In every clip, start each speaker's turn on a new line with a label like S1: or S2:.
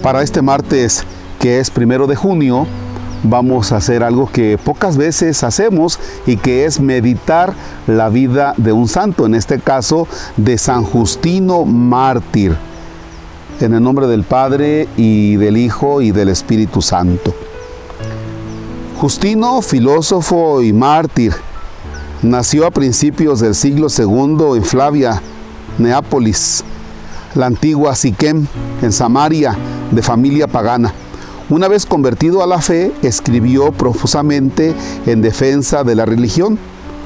S1: Para este martes, que es 1 de junio, vamos a hacer algo que pocas veces hacemos y que es meditar la vida de un santo, en este caso de San Justino mártir. En el nombre del Padre y del Hijo y del Espíritu Santo. Justino, filósofo y mártir, nació a principios del siglo II en Flavia, Neápolis, la antigua Siquem, en Samaria, de familia pagana. Una vez convertido a la fe, escribió profusamente en defensa de la religión.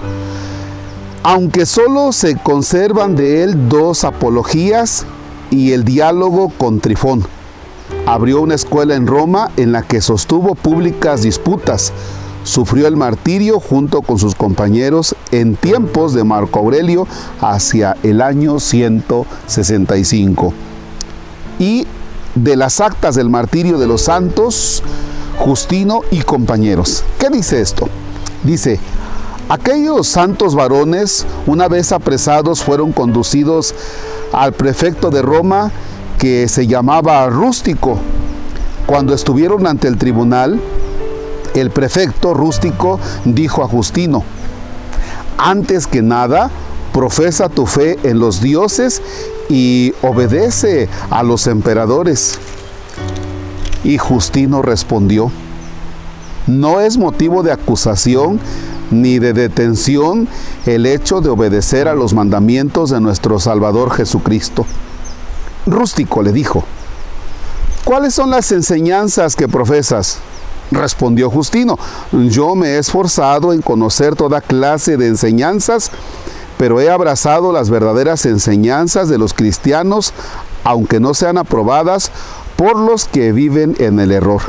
S1: Aunque solo se conservan de él 2 apologías y el diálogo con Trifón. Abrió una escuela en Roma en la que sostuvo públicas disputas. Sufrió el martirio junto con sus compañeros en tiempos de Marco Aurelio hacia el año 165. Y de las actas del martirio de los santos, Justino y compañeros. ¿Qué dice esto? Dice: aquellos santos varones, una vez apresados, fueron conducidos al prefecto de Roma, que se llamaba Rústico. Cuando estuvieron ante el tribunal, el prefecto Rústico dijo a Justino: antes que nada, profesa tu fe en los dioses y obedece a los emperadores. Y Justino respondió: no es motivo de acusación ni de detención el hecho de obedecer a los mandamientos de nuestro Salvador Jesucristo. Rústico le dijo: ¿cuáles son las enseñanzas que profesas? Respondió Justino: yo me he esforzado en conocer toda clase de enseñanzas, pero he abrazado las verdaderas enseñanzas de los cristianos, aunque no sean aprobadas por los que viven en el error.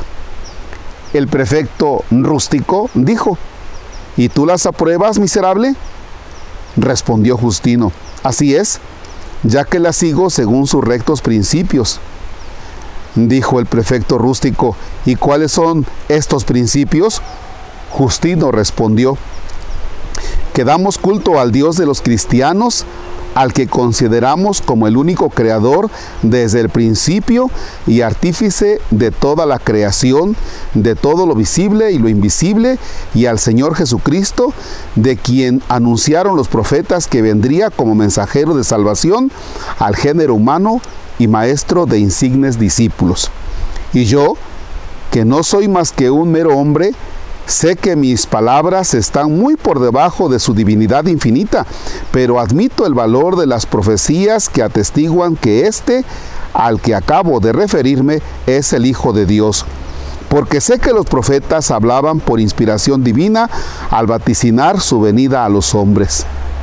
S1: El prefecto Rústico dijo: ¿y tú las apruebas, miserable? Respondió Justino: así es, ya que las sigo según sus rectos principios. Dijo el prefecto Rústico: ¿y cuáles son estos principios? Justino respondió: que damos culto al Dios de los cristianos, al que consideramos como el único creador desde el principio y artífice de toda la creación, de todo lo visible y lo invisible, y al Señor Jesucristo, de quien anunciaron los profetas que vendría como mensajero de salvación al género humano y maestro de insignes discípulos. Y yo, que no soy más que un mero hombre, sé que mis palabras están muy por debajo de su divinidad infinita, pero admito el valor de las profecías que atestiguan que este, al que acabo de referirme, es el Hijo de Dios. Porque sé que los profetas hablaban por inspiración divina al vaticinar su venida a los hombres.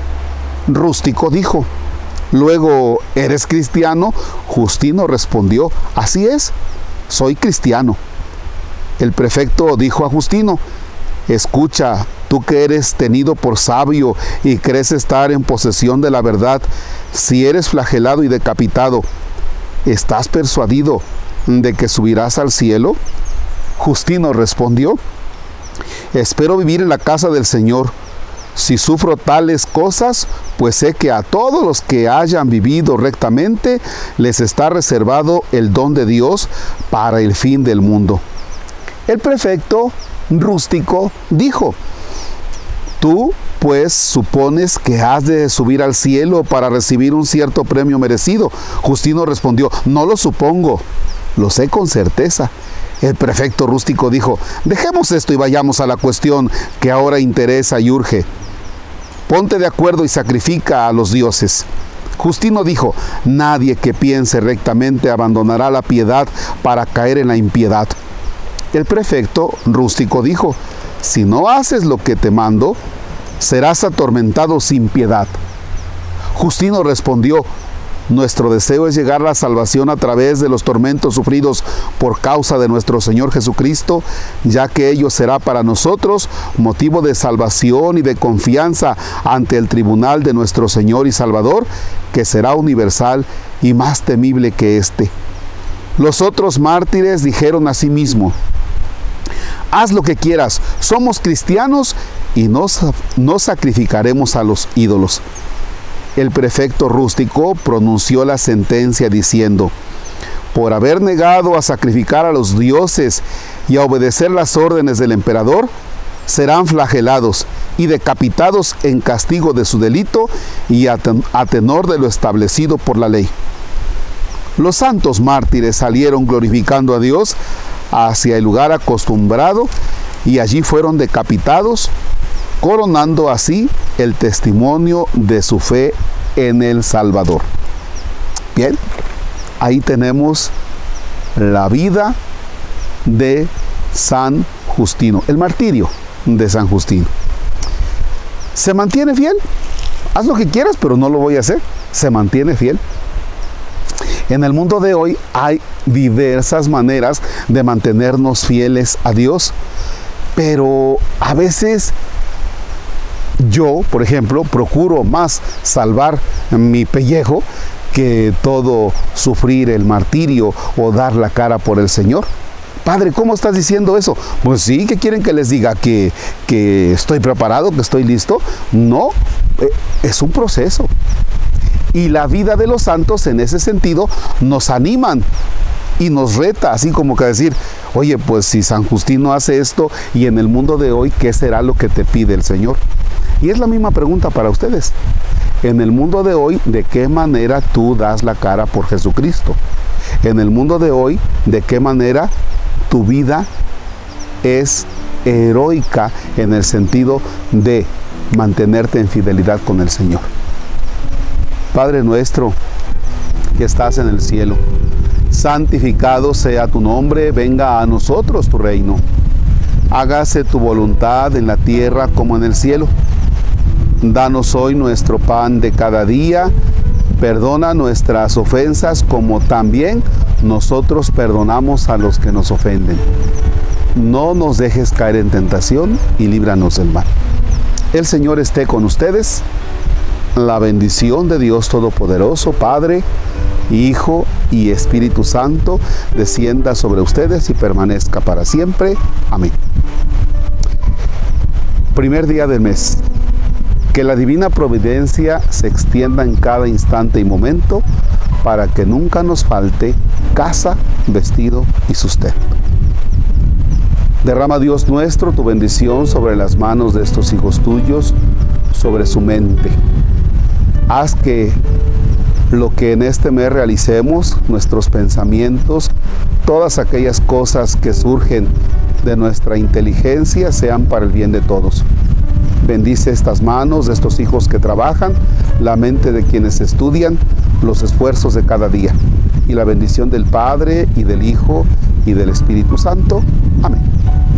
S1: Rústico dijo: luego, ¿eres cristiano? Justino respondió: así es, soy cristiano. El prefecto dijo a Justino: escucha, tú que eres tenido por sabio y crees estar en posesión de la verdad, si eres flagelado y decapitado, ¿estás persuadido de que subirás al cielo? Justino respondió: espero vivir en la casa del Señor. Si sufro tales cosas, pues sé que a todos los que hayan vivido rectamente les está reservado el don de Dios para el fin del mundo. El prefecto Rústico dijo: tú, pues, supones que has de subir al cielo para recibir un cierto premio merecido. Justino respondió: no lo supongo, lo sé con certeza. El prefecto Rústico dijo: dejemos esto y vayamos a la cuestión que ahora interesa y urge. Ponte de acuerdo y sacrifica a los dioses. Justino dijo: nadie que piense rectamente abandonará la piedad para caer en la impiedad. El prefecto Rústico dijo: si no haces lo que te mando, serás atormentado sin piedad. Justino respondió: nuestro deseo es llegar a la salvación a través de los tormentos sufridos por causa de nuestro Señor Jesucristo, ya que ello será para nosotros motivo de salvación y de confianza ante el tribunal de nuestro Señor y Salvador, que será universal y más temible que este. Los otros mártires dijeron asimismo: haz lo que quieras, somos cristianos y no sacrificaremos a los ídolos. El prefecto Rústico pronunció la sentencia diciendo: por haber negado a sacrificar a los dioses y a obedecer las órdenes del emperador, serán flagelados y decapitados en castigo de su delito y a tenor de lo establecido por la ley. Los santos mártires salieron glorificando a Dios hacia el lugar acostumbrado y allí fueron decapitados, coronando así el testimonio de su fe en el Salvador. Bien, ahí tenemos la vida de San Justino, el martirio de San Justino. ¿Se mantiene fiel? Haz lo que quieras, pero no lo voy a hacer. Se mantiene fiel. En el mundo de hoy hay diversas maneras de mantenernos fieles a Dios, pero a veces yo, por ejemplo, procuro más salvar mi pellejo que todo sufrir el martirio o dar la cara por el Señor. Padre, ¿cómo estás diciendo eso? Pues sí, ¿qué quieren que les diga? ¿Que estoy preparado, que estoy listo? No, es un proceso. Y la vida de los santos en ese sentido nos animan y nos reta, así como que decir, oye, pues si San Justino hace esto y en el mundo de hoy, ¿qué será lo que te pide el Señor? Y es la misma pregunta para ustedes. En el mundo de hoy, ¿de qué manera tú das la cara por Jesucristo? En el mundo de hoy, ¿de qué manera tu vida es heroica en el sentido de mantenerte en fidelidad con el Señor? Padre nuestro que estás en el cielo, santificado sea tu nombre, venga a nosotros tu reino. Hágase tu voluntad en la tierra como en el cielo. Danos hoy nuestro pan de cada día. Perdona nuestras ofensas como también nosotros perdonamos a los que nos ofenden. No nos dejes caer en tentación y líbranos del mal. El Señor esté con ustedes. La bendición de Dios Todopoderoso, Padre, Hijo y Espíritu Santo, descienda sobre ustedes y permanezca para siempre. Amén. Primer día del mes. Que la divina providencia se extienda en cada instante y momento para que nunca nos falte casa, vestido y sustento. Derrama, Dios nuestro, tu bendición sobre las manos de estos hijos tuyos, sobre su mente. Haz que lo que en este mes realicemos, nuestros pensamientos, todas aquellas cosas que surgen de nuestra inteligencia sean para el bien de todos. Bendice estas manos de estos hijos que trabajan, la mente de quienes estudian, los esfuerzos de cada día. Y la bendición del Padre y del Hijo y del Espíritu Santo. Amén.